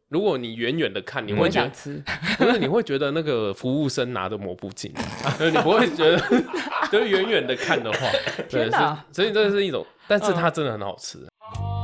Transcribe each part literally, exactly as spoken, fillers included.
如果你远远的看，你会觉得吃， 不是你会觉得那个服务生拿着抹布巾，你不会觉得，就是远远的看的话， 天哪！ 所以这是一种，但是它真的很好吃。嗯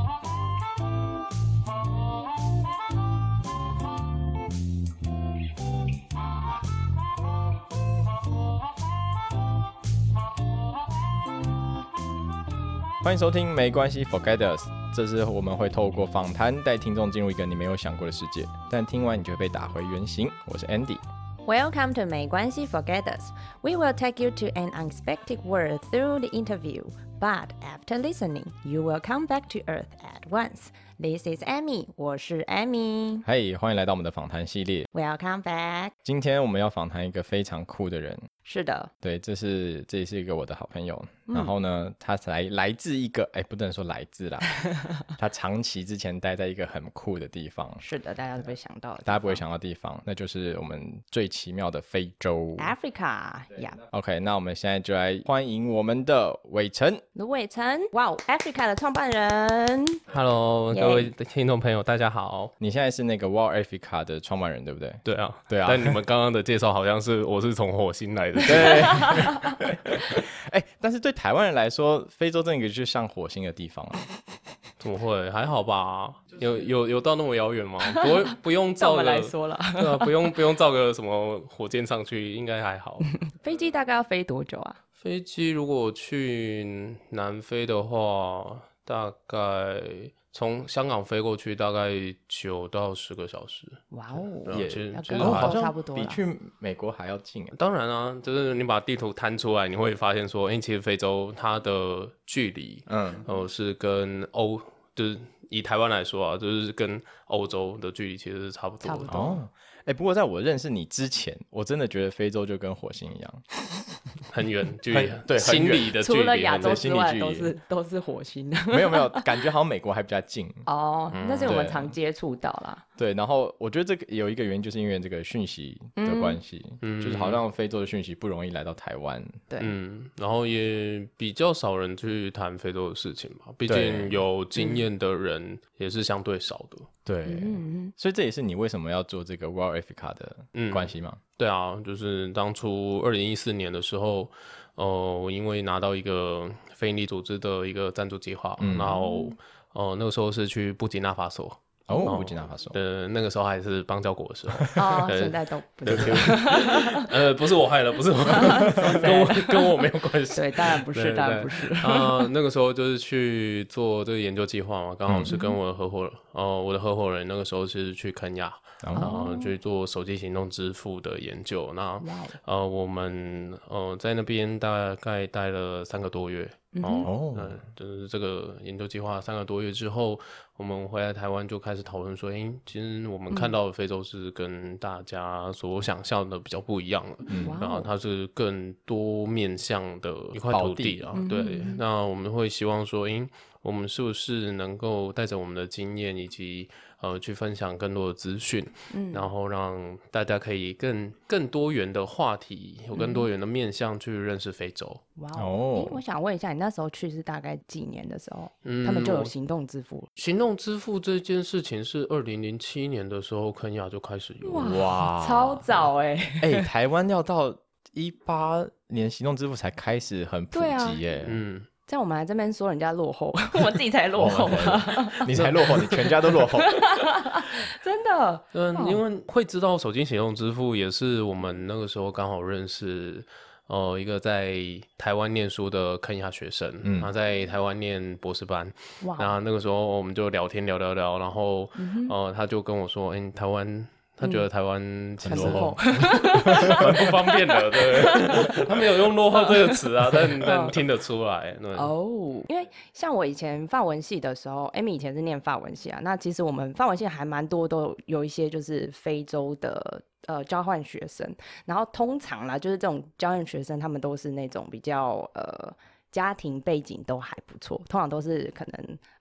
欢迎收听没关系 Forget Us， 这是我们会透过访谈带听众进入一个你没有想过的世界，但听完你就会被打回原形。我是 Andy。 Welcome to 没关系 Forget Us. We will take you to an unexpected world through the interview, but after listening, you will come back to Earth at once. This is Amy， 我是 Amy。 嗨，欢迎来到我们的访谈系列。 Welcome back。 今天我们要访谈一个非常酷的人。 是的， 对，这是这是一个我的好朋友，嗯、然后呢，他来来自一个，哎，不能说来自啦，他长期之前待在一个很酷的地方。 是的，大家都不会想到的， 大家不会想到的地方，那就是我们最奇妙的非洲 Africa 呀。 OK， 那我们现在就来欢迎我们的伟成， 卢伟成，哇、wow, ，Africa 的创办人。 Hello， 各位听众朋友，大家好。 你现在是那个 Wow Africa 的创办人，对不对？ 对啊， 对啊。 但你们刚刚的介绍好像是我是从火星来的。 对，哎，但是对台湾人来说，非洲真的就像火星的地方啊。 怎么会？还好吧？有有有到那么遥远吗？不会，不用造个。 我们来说了， 对啊，不用不用造个什么火箭上去，应该还好。 飞机大概要飞多久啊？ 飞机如果去南非的话，大概从香港飞过去大概九到十个小时。 哇哦， 也其实跟欧洲差不多， 比去美国还要近。 当然啊，就是你把地图摊出来，你会发现说，哎、欸，其实非洲它的距离，嗯，呃，是跟欧，就是以台湾来说啊，就是跟欧洲的距离其实是差不多的。 差不多。 哦，哎、欸，不过在我认识你之前，我真的觉得非洲就跟火星一样。 很远距离， 对， 心理的距离， 除了亚洲之外都是都是火星的。 没有没有，感觉好像美国还比较近哦，那是我们常接触到啦。 对，然后我觉得这个有一个原因，就是因为这个讯息的关系，嗯，就是好像非洲的讯息不容易来到台湾。 对， 嗯，然后也比较少人去谈非洲的事情嘛，毕竟有经验的人也是相对少的。 对，嗯、所以这也是你为什么要做这个 Wow Africa 的关系吗？ 嗯，对啊，就是当初二零一四年的时候，呃，我因为拿到一个非营利组织的一个赞助计划，嗯、然后呃那个时候是去布吉纳法索。 哦，布吉纳法索。 呃，那个时候还是邦交国的时候。 哦，现在都不是。 呃，不是我害了，不是我，跟我跟我没有关系。 对，当然不是，当然不是。 啊、呃，那个时候就是去做这个研究计划嘛，刚好是跟我的合伙人，哦、呃，我的合伙人那个时候是去肯亚。然后去做手机行动支付的研究，那呃我们呃在那边大概待了三个多月，哦，嗯，就是这个研究计划三个多月之后，我们回来台湾就开始讨论说，哎、欸，其实我们看到的非洲是跟大家所想象的比较不一样了，嗯，然后它是更多面向的一块土地啊，对，嗯、那我们会希望说，哎、欸，我们是不是能够带着我们的经验以及呃，去分享更多的资讯，嗯，然后让大家可以更更多元的话题，有更多元的面向去认识非洲。 哇哦！我想问一下，你那时候去是大概几年的时候？嗯，他们就有行动支付。 行动支付这件事情是二零零七年的时候，肯亚就开始有。 哇，超早哎、欸！ 哎、欸，台湾要到一八年行动支付才开始很普及耶、欸。 嗯。 在我们来这边说人家落后，我自己才落后啊！ 你才落后，你全家都落后， 真的。 嗯，因为会知道手机行动支付也是我们那个时候刚好认识，呃，一个在台湾念书的肯亚学生，嗯，他在台湾念博士班，哇，然后那个时候我们就聊天聊聊聊，然后、嗯、呃，他就跟我说，哎、欸，台湾。他觉得台湾很落后，蛮不方便的，对。他没有用落后这个词啊，但但听得出来。 哦，因为像我以前法文系的时候 ，Amy 以前是念法文系啊，那其实我们法文系还蛮多都有一些就是非洲的呃交换学生，然后通常啦，就是这种交换学生，他们都是那种比较呃。家庭背景都还不错，通常都是可能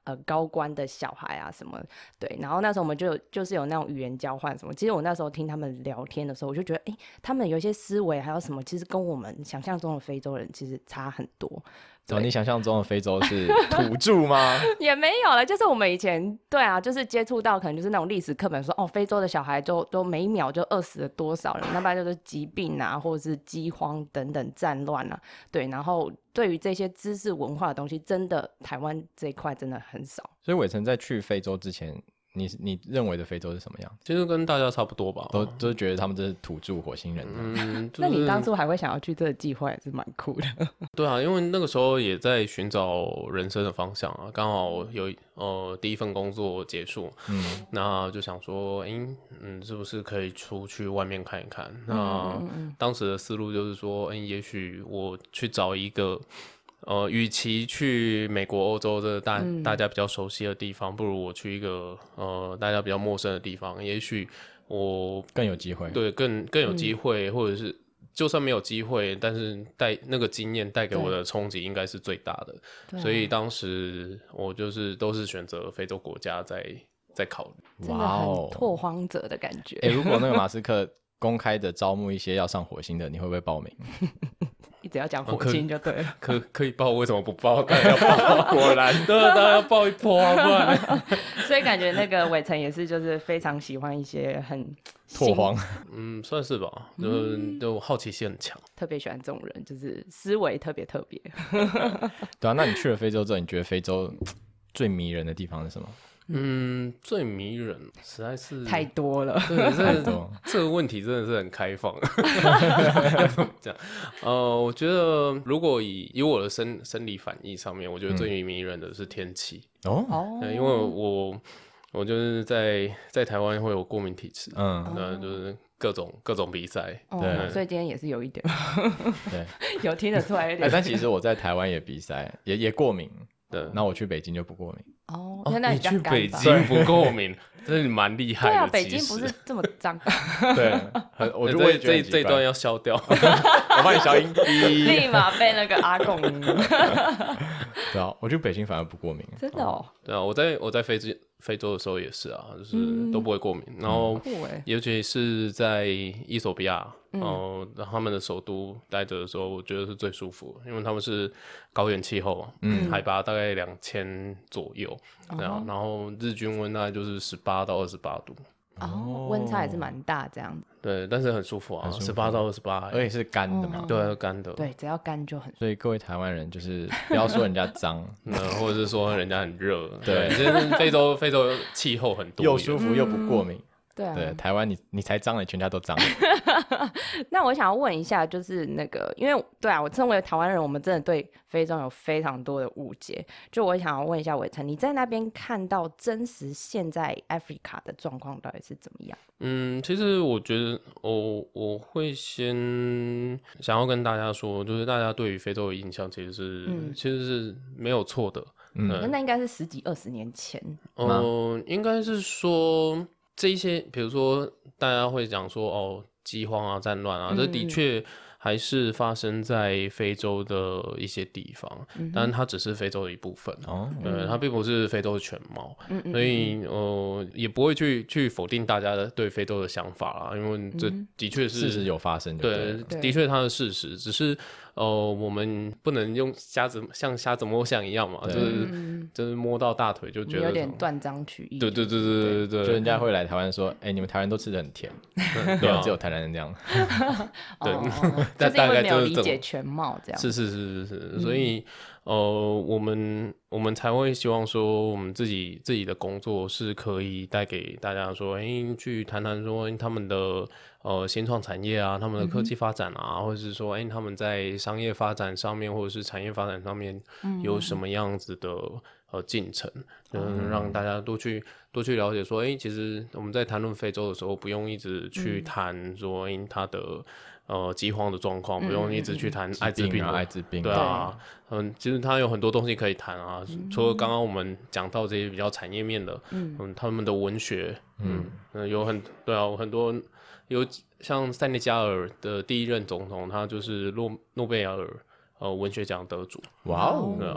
呃高官的小孩啊什么，对，然后那时候我们就就是有那种语言交换什么。其实我那时候听他们聊天的时候，我就觉得，哎、欸，他们有一些思维还有什么，其实跟我们想象中的非洲人其实差很多。 哦，你想象中的非洲是土著吗？ 也没有了，就是我们以前对啊，就是接触到可能就是那种历史课本说，哦，非洲的小孩就都每一秒就饿死了多少人，那不然就是疾病啊，或者是饥荒等等战乱啊，对，然后对于这些知识文化的东西，真的台湾这一块真的很少。 所以伟成在去非洲之前，你你认为的非洲是什么样子？ 其实跟大家差不多吧， 都都觉得他们这是土著火星人。 嗯，就是、 那你当初还会想要去这个计划，也是蛮酷的。 对啊，因为那个时候也在寻找人生的方向啊，刚好有呃第一份工作结束，嗯，那就想说，哎、欸，嗯，是不是可以出去外面看一看？那、嗯嗯嗯、当时的思路就是说，哎、欸，也许我去找一个。呃，与其去美国、欧洲这大、嗯、大家比较熟悉的地方，不如我去一个呃大家比较陌生的地方，也许我更有机会。 对，更更有机会，嗯、或者是就算没有机会，但是带那个经验带给我的冲击应该是最大的。所以当时我就是都是选择非洲国家在在考虑。 真的很拓荒者的感觉。 哎、欸，如果那个马斯克公开的招募一些要上火星的，你会不会报名？ 一直要讲火星就对了， 哦、可 可, 可以报，为什么不报？当然要报，果然，对，当然要报一波啊，不然。 所以感觉那个伟成也是，就是非常喜欢一些很拓荒， 嗯，算是吧，就就好奇心很强， 特别喜欢这种人，就是思维特别特别。 对啊，那你去了非洲之后，你觉得非洲最迷人的地方是什么？ 嗯，最迷人实在是太多了。 对，太多。这个问题真的是很开放。这样，呃，我觉得如果以以我的生生理反应上面，我觉得最迷人的是天气。哦、嗯，因为我我就是在在台湾会有过敏体质，嗯，那就是各种各种比赛， 哦、对，所以今天也是有一点， 对， 有听得出来一点。 但其实我在台湾也比赛，也也过敏。对，那我去北京就不过敏。 哦， 哦，你去北京不过敏，真是蛮厉害的。 对啊，北京不是这么脏。 对，我觉得这这一段要消掉， 我帮你消音， 立马被那个阿贡。 对啊，我去北京反而不过敏。 真的哦。 对啊，我在我在非洲非洲的时候也是啊，就是都不会过敏。然后，尤其是在伊索比亚。然后他们的首都待着的时候，我觉得是最舒服的，因为他们是高原气候，嗯，海拔大概两千左右，这样，然后日均温大概就是十八到二十八度， 哦，温差也是蛮大，这样子。 对，但是很舒服啊，十八到二十八， 而且是干的嘛， 对，干的， 对，只要干就很。 所以各位台湾人就是不要说人家脏， 嗯，或者是说人家很热，对，其实非洲非洲气候很多， 又舒服又不过敏。 对啊， 对，台湾你你才脏了，全家都脏了。 那我想要问一下，就是那个，因为对啊，我身为台湾人，我们真的对非洲有非常多的误解。就我想要问一下伟成，你在那边看到真实现在 Africa 的状况到底是怎么样？ 嗯，其实我觉得我我会先想要跟大家说，就是大家对于非洲的印象其实是、嗯、其实是没有错的。 嗯，嗯那应该是十几二十年前。 哦、呃，应该是说。这一些，比如说大家会讲说哦，饥荒啊、战乱啊，嗯、这的确还是发生在非洲的一些地方，嗯、但它只是非洲的一部分哦，对，它并不是非洲的全貌，嗯、所以呃也不会去去否定大家的对非洲的想法啦，因为这的确是、 嗯、事实有发生就对， 对，的确它的事实，只是。哦，我们不能用瞎子像瞎子摸象一样嘛，就是就是摸到大腿就觉得有点断章取义。 对对对对对对， 就人家会来台湾说，哎、欸，你们台湾都吃得很甜，对啊，只有台南人这样。 对，但就是因为没有理解全貌这样。 是是是是是，所以呃，我们我们才会希望说，我们自己自己的工作是可以带给大家说，哎、欸，去谈谈说他们的。呃，新创产业啊，他们的科技发展啊，嗯、或者是说，哎、欸，他们在商业发展上面，或者是产业发展上面有什么样子的、嗯、呃进程，嗯，嗯让大家多去多去了解，说，哎、欸，其实我们在谈论非洲的时候，不用一直去谈说，因、欸、它的呃饥荒的状况，不用一直去谈艾滋病啊，艾滋病， 对啊，嗯，其实它有很多东西可以谈啊，嗯、除了刚刚我们讲到这些比较产业面的，嗯，嗯他们的文学，嗯，嗯有很对啊，很多。有像塞内加尔的第一任总统，他就是诺诺贝尔呃文学奖得主。 哇哦！ 对啊，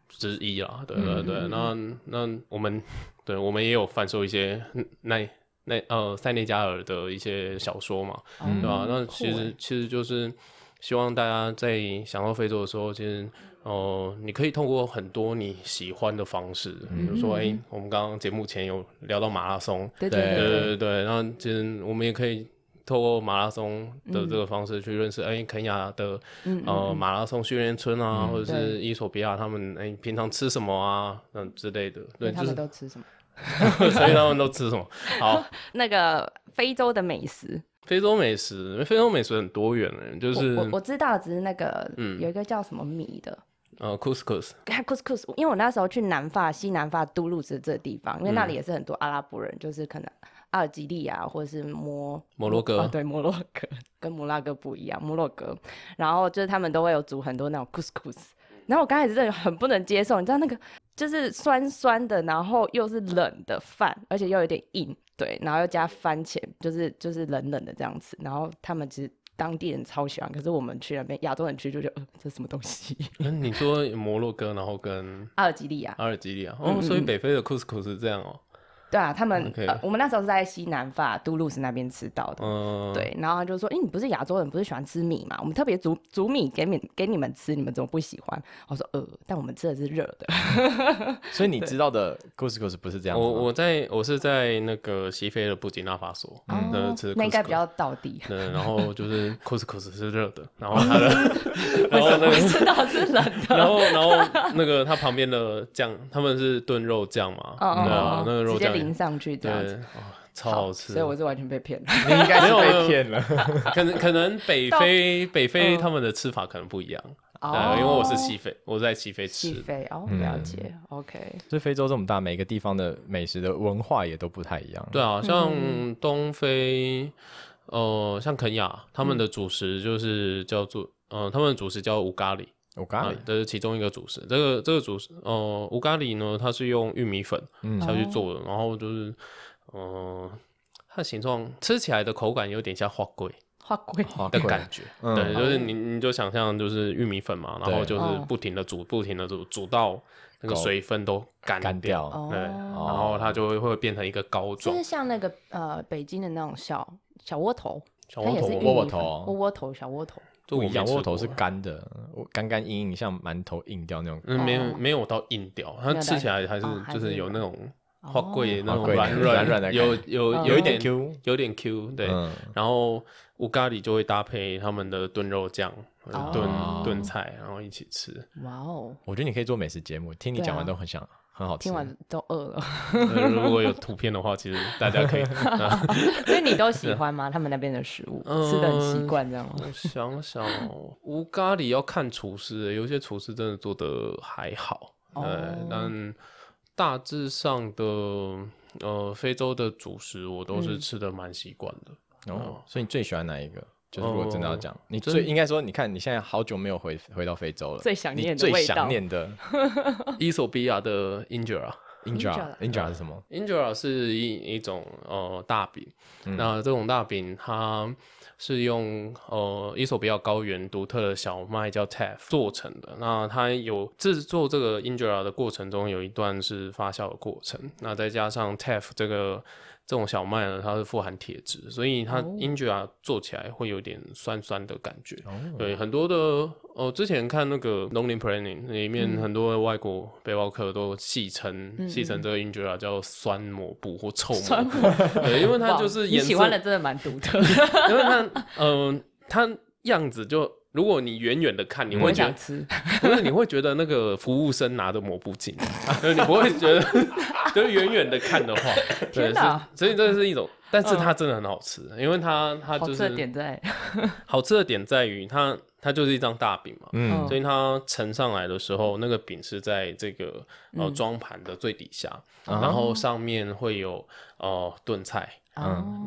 之一啦，对对对。嗯、那那我们对我们也有贩售一些那那呃塞内加尔的一些小说嘛，嗯、对吧？那其实其实就是希望大家在想到非洲的时候，其实哦、呃，你可以透过很多你喜欢的方式，嗯、比如说哎、欸，我们刚刚节目前有聊到马拉松， 对对对对对，然后其实我们也可以。透过马拉松的这个方式去认识，哎、嗯，肯亚的、嗯、呃马拉松训练村啊，嗯、或者是伊索比亚他们哎平常吃什么啊，嗯之类的，对， 他们都吃什么？ 所以他们都吃什么？好， 那个非洲的美食， 非洲美食，非洲美食很多元的，就是我 我, 我知道，只是那个、嗯、有一个叫什么米的。 呃 ，couscous， couscous， 因为我那时候去南法、西南法都路斯这个地方，因为那里也是很多阿拉伯人，嗯、就是可能阿尔及利亚或者是摩摩洛哥、 哦，对，摩洛哥跟摩拉哥不一样，摩洛哥，然后就是他们都会有煮很多那种 couscous， 然后我刚开始真的很不能接受，你知道那个就是酸酸的，然后又是冷的饭，而且又有点硬，对，然后又加番茄，就是就是冷冷的这样子，然后他们其实。当地人超喜欢，可是我们去那边亚洲人去就觉得，呃，这是什么东西？ 嗯，你说摩洛哥，然后跟阿尔及利亚， 阿尔及利亚，哦，嗯嗯所以北非的 couscous 是这样哦。 对啊，他们、okay. 呃、我们那时候是在西南法都路斯那边吃到的，嗯、对，然后他就说，哎、欸，你不是亚洲人，不是喜欢吃米嘛？我们特别煮煮米给你给你们吃，你们怎么不喜欢？我说，呃，但我们吃的是热的。 所以你知道的 couscous 不是这样子吗？ 我我在我是在那个西非的布吉纳法索，嗯，那吃那应该比较道地。 对，然后就是 couscous 是热的，然后它的， 然后那个知道是冷的， 然后然后那个它旁边的酱，他们是炖肉酱嘛， 哦、 对啊，那个肉酱。 淋上去这样子， 哦，超好吃， 所以我是完全被骗了。 你应该是被骗了， 可能可能北非北非他们的吃法可能不一样， 哦、 对，因为我是西非，我在西非吃。 西非哦，了解、嗯、，OK。 所以非洲这么大，每个地方的美食的文化也都不太一样。 对啊，像东非，呃，像肯亚，他们的主食就是叫做，呃，他们的主食叫乌咖喱。 乌咖喱， 这是其中一个主食。这个这个主食，呃，乌咖喱呢，它是用玉米粉下去做的，嗯、然后就是，呃，它的形状吃起来的口感有点像花粿， 花粿的感觉。嗯、对，就是你你就想象就是玉米粉嘛，然后就是不停的煮，不停的煮，煮到那个水分都干干掉， 对，然后它就会会变成一个膏状， 就是像那个呃北京的那种小小窝头， 小窝头， 窝窝头， 窝窝头，小窝头。 不一样，窝头是干的，干干硬硬，像馒头硬掉那种。 嗯，没有没有到硬掉，它吃起来还是就是有那种花粿那种软软软的， 有有有一点 Q， 有点 Q， 对。然后乌咖喱就会搭配他们的炖肉酱、炖炖菜，然后一起吃。 哇哦！ 我觉得你可以做美食节目，听你讲完都很想。很好吃， 听完都饿了。 如果有图片的话，其实大家可以。 所以你都喜欢吗？他们那边的食物、嗯、吃的很习惯，这样吗？ 我想想，乌咖喱要看厨师，有些厨师真的做的还好，哦、对，但大致上的呃非洲的主食，我都是吃的蛮习惯的。 嗯、哦，所以你最喜欢哪一个？就是如果真的要讲、哦，你最应该说，你看你现在好久没有回回到非洲了， 最想念的味道，你最想念的伊索比亚的 injera，injera，injera 是什么 ？injera 是一一种呃大饼、嗯，那这种大饼它是用呃伊索比亚高原独特的小麦叫 teff 做成的。那它有制作这个 injera 的过程中有一段是发酵的过程，那再加上 teff 这个。这种小麦呢，它是富含铁质，所以它 injera 做起来会有点酸酸的感觉。Oh. 对，很多的哦，之前看那个 Lonely Planet 里面，很多外国背包客都戏称戏称这个 injera 叫酸抹布或臭抹布。对，因为它就是颜色， 你喜欢的真的蛮独特的。 因为它，嗯、呃，它样子就。如果你远远的看，你会觉得，不是你会觉得那个服务生拿着抹布巾，你不会觉得，就是远远的看的话，对，所以这是一种，但是它真的很好吃，嗯、因为它它就是好吃的点在， 好吃的点在于它它就是一张大饼嘛，嗯，所以它盛上来的时候，那个饼是在这个呃装盘的最底下，嗯、然后上面会有呃炖菜。嗯，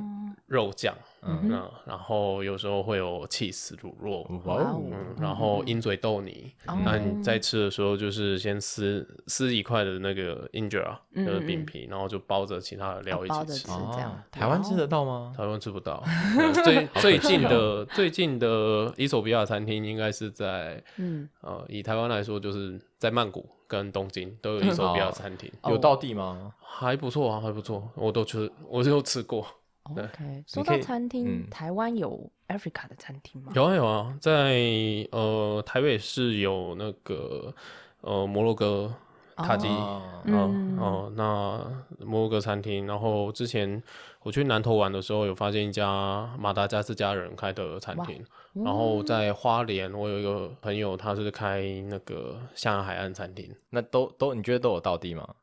肉酱，嗯，那然后有时候会有cheese乳酪，哇哦，嗯，然后鹰嘴豆泥，嗯、那你在吃的时候就是先撕撕一块的那个 injera 就是饼皮，然后就包着其他的料一起吃， 哦、这样、哦、 台湾吃得到吗？ 台湾吃不到，最最近的最近的伊索比亚餐厅应该是在，嗯，呃，以台湾来说就是在曼谷跟东京都有伊索比亚餐厅， 有道地吗？ 还不错啊，还不错，我都吃，我就吃过。 OK， 说到餐厅、嗯，台湾有 Africa 的餐厅吗？ 有啊有啊，在呃台北市有那个呃摩洛哥塔吉，哦、嗯哦、呃，那摩洛哥餐厅。然后之前我去南投玩的时候，有发现一家马达加斯加人开的餐厅。然后在花莲，我有一个朋友，他是开那个象牙海岸餐厅。 那都都你觉得都有道地吗？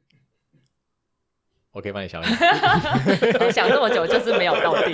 我可以帮你想一想。 想这么久就是没有道地。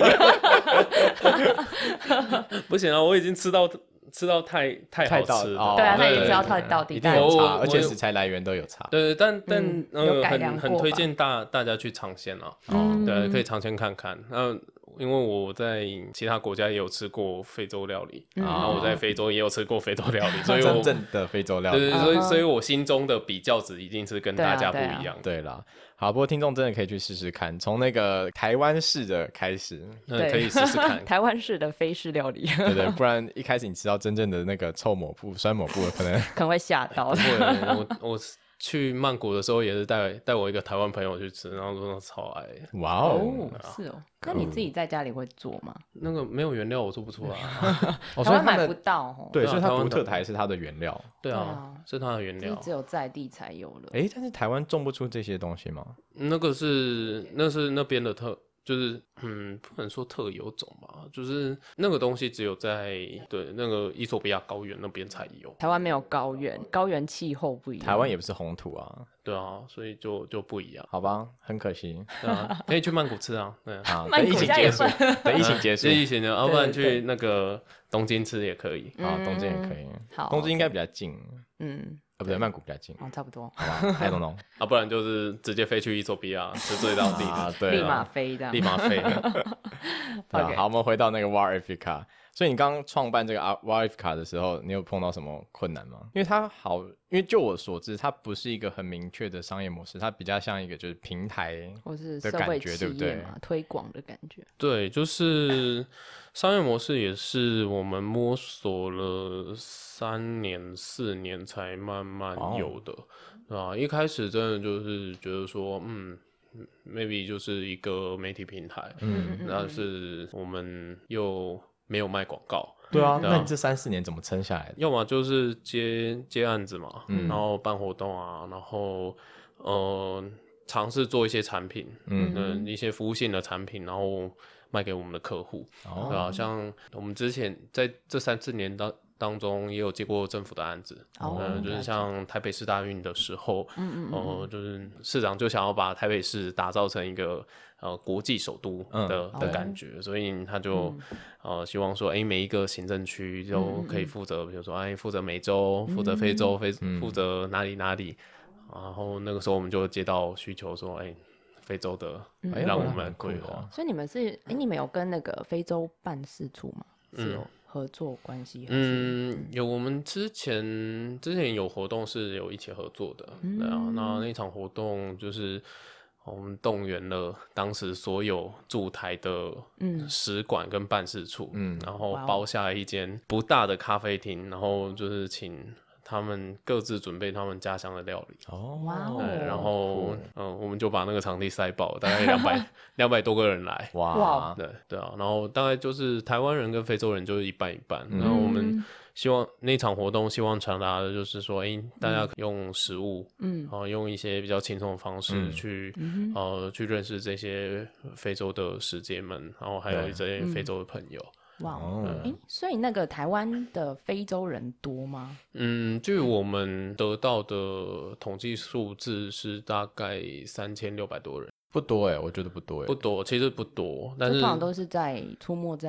不行啊，我已经吃到吃到太太好吃了。 哦、对啊，他已经吃到太道地， 一定有差，而且食材来源都有差。 对，但但、嗯、呃很很推荐大大家去尝鲜啊。嗯、对，可以尝鲜看看。那因为我在其他国家也有吃过非洲料理，嗯、然后我在非洲也有吃过非洲料理，所以我真正的非洲料理， 对对，所以所以我心中的比较值一定是跟大家不一样。 对啦，好，不过听众真的可以去试试看，从那个台湾式的开始， 对，可以试试看台湾式的非式料理。 对对，不然一开始你吃到真正的那个臭抹布、酸抹布，可能可能会吓到。 我我。去曼谷的时候也是带带我一个台湾朋友去吃，然后说超爱。 哇哦， 是哦。那你自己在家里会做吗？ 那个没有原料我做不出来。 哦、台湾买不到哦。 对，所以它独特的还是它的原料。 对啊，是它的原料， 只有在地才有了。 哎，但是台湾种不出这些东西吗？ 那个是那是那边的特。就是嗯，不能说特有种吧，就是那个东西只有在对那个伊索比亚高原那边才有， 台湾没有高原，高原气候不一样， 台湾也不是红土啊， 对啊，所以就就不一样， 好吧，很可惜， 对啊，可以去曼谷吃啊，对啊，等疫情结束，等疫情结束， 疫情的，要不然去那个东京吃也可以， 啊，东京也可以，好，东京应该比较近，嗯。啊，不对，曼谷比较近， 哦，差不多， 好吧 ，I don't know， 啊，不然就是直接飞去伊索比亚吃最道地的， 啊，对， 立马飞这样， 立马飞。 对啊，好，我们回到那个 Wild Africa， 所以你刚刚创办这个 Wild Africa 的时候，你有碰到什么困难吗？因为它好，因为就我所知，它不是一个很明确的商业模式，它比较像一个就是平台或是社会企业嘛，对不对？推广的感觉。 对，就是商业模式也是我们摸索了三年四年才慢慢有的，对吧？一开始真的就是觉得说，嗯 ，maybe 就是一个媒体平台，嗯，但是我们又没有卖广告， 对啊，那你这三四年怎么撑下来的？ 要么就是接接案子嘛，嗯，然后办活动啊，然后呃尝试做一些产品，嗯，呃、一些服务性的产品，然后卖给我们的客户，哦、对吧？像我们之前在这三四年当当中也有接过政府的案子，哦、呃，就是像台北市大运的时候，嗯嗯呃，就是市长就想要把台北市打造成一个呃国际首都的、嗯、的感觉，哦、所以他就、嗯、呃希望说，哎、欸，每一个行政区都可以负责，嗯、比如说，哎，负责美洲，负责非洲，非负责哪里哪里，然后那个时候我们就接到需求说，哎、欸。非洲的，哎、嗯，让我们规划。 所以你们是，哎、欸，你们有跟那个非洲办事处吗？是有合作关系？ 嗯，有。我们之前之前有活动是有一起合作的，嗯、对啊。那那场活动就是我们动员了当时所有驻台的使馆跟办事处，嗯，然后包下一间不大的咖啡厅，然后就是请他们各自准备他们家乡的料理哦，哇哦，然后嗯、呃，我们就把那个场地塞爆，大概两百两百多个人来，哇，对对啊，然后大概就是台湾人跟非洲人就是一半一半，嗯、然后我们希望那场活动希望传达的就是说，哎、欸，大家用食物，嗯，然后用一些比较轻松的方式去，嗯、呃，去认識这些非洲的使节们，然后还有这些非洲的朋友。 哇哦，哎、欸，所以那个台湾的非洲人多吗？ 嗯，据我们得到的统计数字是大概三千六百多人， 不多哎、欸，我觉得不多哎、欸， 不多，其实不多，但是通常都是在出没在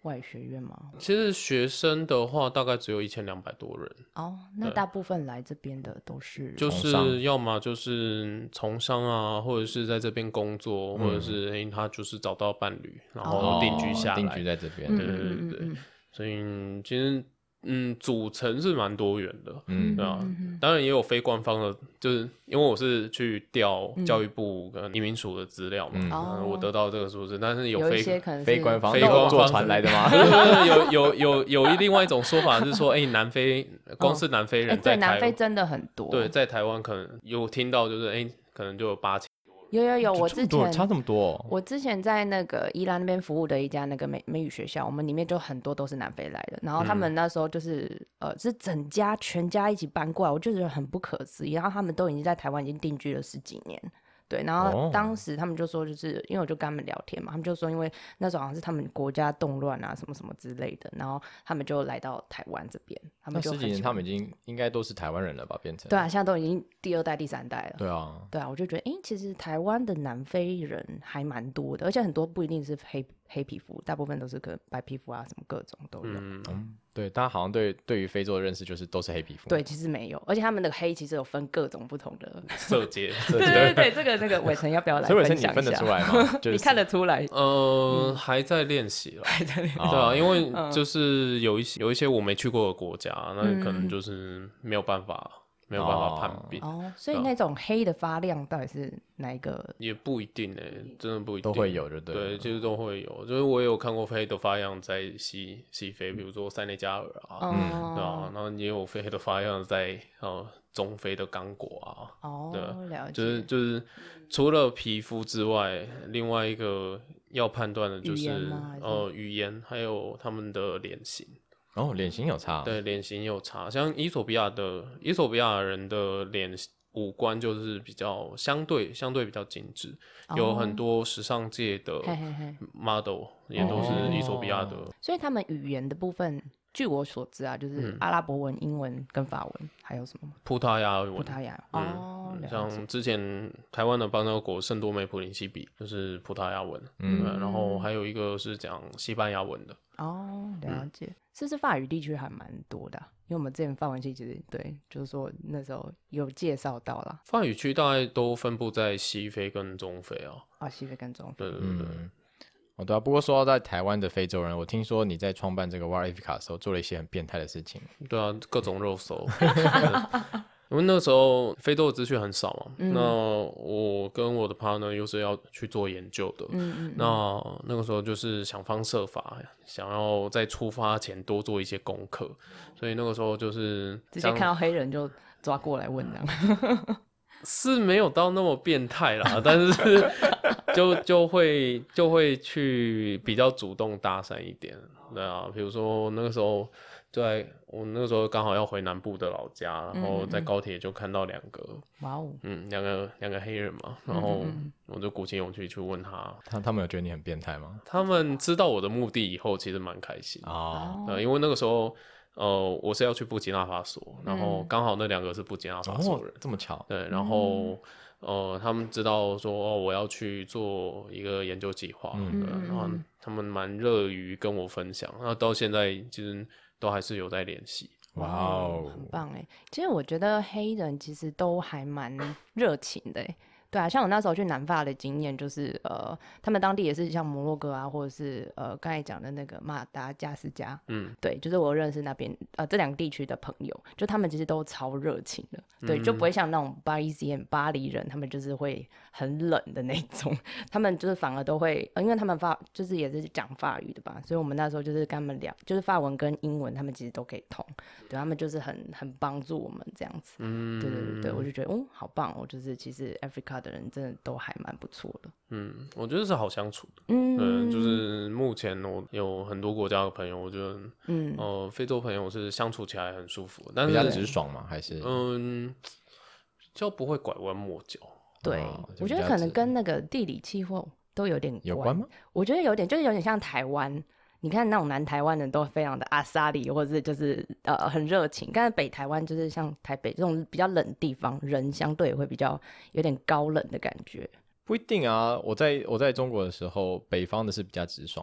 外学院吗？ 其实学生的话大概只有一千两百多人。 哦，那大部分来这边的都是就是要么就是从商啊，或者是在这边工作，嗯、或者是、欸、他就是找到伴侣，然后定居下来， 哦、定居在这边。 对对对对，嗯嗯嗯，所以其实。嗯，组成是蛮多元的，嗯，对啊，当然也有非官方的，就是因为我是去调教育部跟移民署的资料嘛，嗯嗯、我得到这个数字，但是有非有可能非官方非官方传来的吗？ 有有有有一另外一种说法是说，哎、欸，南非光是南非人在台湾、 哦欸、对，南非真的很多， 对，在台湾可能有听到就是，哎、欸，可能就有八千。 有有有，我之前差这么多、哦。 我之前在那个宜兰那边服务的一家那个美美语学校，我们里面就很多都是南非来的，然后他们那时候就是、嗯、呃是整家全家一起搬过来，我就觉得很不可思议。然后他们都已经在台湾已经定居了十几年。对，然后当时他们就说，就是因为我就跟他们聊天嘛，他们就说，因为那时候好像是他们国家动乱啊，什么什么之类的，然后他们就来到台湾这边，他们就那十几年他们已经应该都是台湾人了吧？变成对啊，现在都已经第二代、第三代了。 对啊， 对啊，我就觉得，哎、欸，其实台湾的南非人还蛮多的，而且很多不一定是黑黑皮肤，大部分都是个白皮肤啊，什么各种都有。 嗯，嗯对，大家好像对对于非洲的认识就是都是黑皮肤。 对，其实没有，而且他们的黑其实有分各种不同的色阶。 对对对，这个那个伟成要不要来分享一下？ 所以伟成你分得出来吗？就是、 你看得出来？ 呃，嗯、还在练习了， 还在练习。 对啊，因为就是有一些有一些我没去过的国家，那可能就是没有办法。嗯没有办法判别哦，所以那种黑的发亮到底是哪一个？ 也不一定哎、欸，真的不一定， 都会有就对了。 对，其实都会有，就是我也有看过黑的发样在西西非，比如说塞内加尔啊，嗯，对啊，然后也有黑的发样在呃中非的刚果啊， 哦， 对， 了解， 就是就是除了皮肤之外，另外一个要判断的就是语呃语言，还有他们的脸型。 哦，脸型有差， 对，脸型有差。像伊索比亚的伊索比亚人的脸五官就是比较相对相对比较精致，哦、有很多时尚界的 model 也都是伊索比亚的。 哦、所以他们语言的部分，据我所知啊，就是阿拉伯文、嗯、英文跟法文，还有什么？ 葡萄牙文。 葡萄牙哦、 嗯，像之前台湾的邦交国圣多美普林西比就是葡萄牙文，嗯，然后还有一个是讲西班牙文的。 哦，了解。嗯，是不是法语地区还蛮多的、啊？因为我们之前法文系其实对，就是说那时候有介绍到啦。 法语区大概都分布在西非跟中非啊。 啊、哦，西非跟中非。 对对对。 嗯、哦，对啊。不过说到在台湾的非洲人，我听说你在创办这个 Wild Africa 的时候做了一些很变态的事情。 对啊，各种肉搜。因为那时候非洲的资讯很少嘛、嗯，那我跟我的 partner 又是要去做研究的，嗯嗯，那那个时候就是想方设法，想要在出发前多做一些功课，所以那个时候就是直接看到黑人就抓过来问这样， 是没有到那么变态啦，但是就就会就会去比较主动搭讪一点，对啊，比如说那个时候。在我那个时候刚好要回南部的老家，然后在高铁就看到两个，哇哦，嗯，两个两个黑人嘛，然后我就鼓起勇气去问他， 他他们有觉得你很变态吗？ 他们知道我的目的以后，其实蛮开心啊、哦，因为那个时候呃我是要去布基纳法索，然后刚好那两个是布基纳法索人、哦， 这么巧， 对，然后。呃，他们知道说、哦、我要去做一个研究计划，嗯，然后他们蛮乐于跟我分享，那到现在其實都还是有在联系。 哇哦，很棒哎！其实我觉得黑人其实都还蛮热情的哎。对啊，像我那时候去南法的经验就是，呃，他们当地也是像摩洛哥啊，或者是呃刚才讲的那个马达加斯加，嗯，对，就是我认识那边呃这两个地区的朋友，就他们其实都超热情的，对，嗯、就不会像那种巴黎人、巴黎人，他们就是会很冷的那种，他们就是反而都会，呃、因为他们法就是也是讲法语的吧，所以我们那时候就是跟他们聊，就是法文跟英文他们其实都可以通，对，他们就是很很帮助我们这样子，嗯，对对对对，我就觉得哦好棒哦，就是其实 Africa。的人真的都还蛮不错的， 嗯，我觉得是好相处的，嗯，嗯就是目前我有很多国家的朋友，我觉得，嗯，呃，非洲朋友是相处起来很舒服，但是比较直爽吗？还是嗯，比较不会拐弯抹角。 对、哦，我觉得可能跟那个地理气候都有点关有关吗？ 我觉得有点，就是有点像台湾。你看那种南台湾人都非常的阿萨里，或者是就是呃很热情，但是北台湾就是像台北这种比较冷的地方，人相对也会比较有点高冷的感觉。 不一定啊，我在我在中国的时候，北方的是比较直爽的。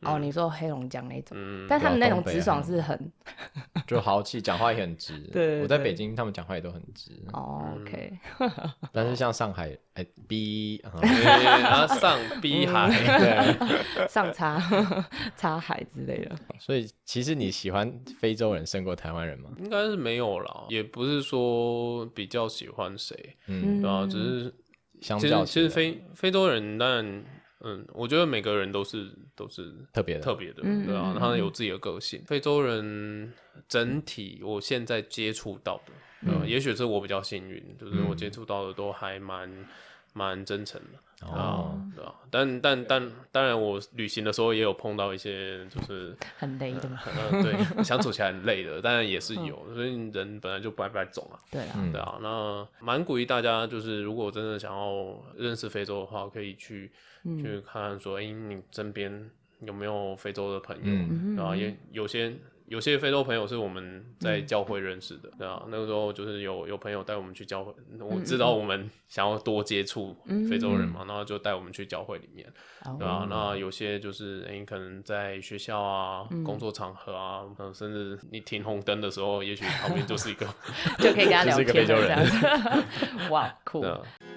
哦，你说黑龙江那种，嗯，但他们那种直爽是很就豪气，讲话也很直。 对， 我在北京，他们讲话也都很直。 哦 ，OK。 但是像上海，哎，B， 然后上 B 海， 对， 上擦擦海之类的。 所以其实你喜欢非洲人胜过台湾人吗？ 应该是没有啦，也不是说比较喜欢谁，嗯，对啊，只是相较其实其实非非洲人，当然。嗯，我觉得每个人都是都是特别的， 特别的，对啊，他有自己的个性。非洲人整体，我现在接触到的，嗯，也许是我比较幸运，就是我接触到的都还蛮蛮真诚的，哦，对啊，但但但当然，我旅行的时候也有碰到一些就是很累的嘛， 呃，对，相处起来很累的，当然也是有，所以人本来就不爱不爱种啊， 对啊， 对啊，那蛮鼓励大家，就是如果真的想要认识非洲的话，可以去。去看看说，哎、欸，你身边有没有非洲的朋友？嗯、然后也有些有些非洲朋友是我们在教会认识的，对啊，那个时候就是有有朋友带我们去教会，我知道我们想要多接触非洲人嘛，然后就带我们去教会里面，对啊，那有些就是哎、欸，可能在学校啊、工作场合啊，甚至你停红灯的时候，也许旁边就是一个就可以跟他聊天， 就是一个非洲人， 哇，酷。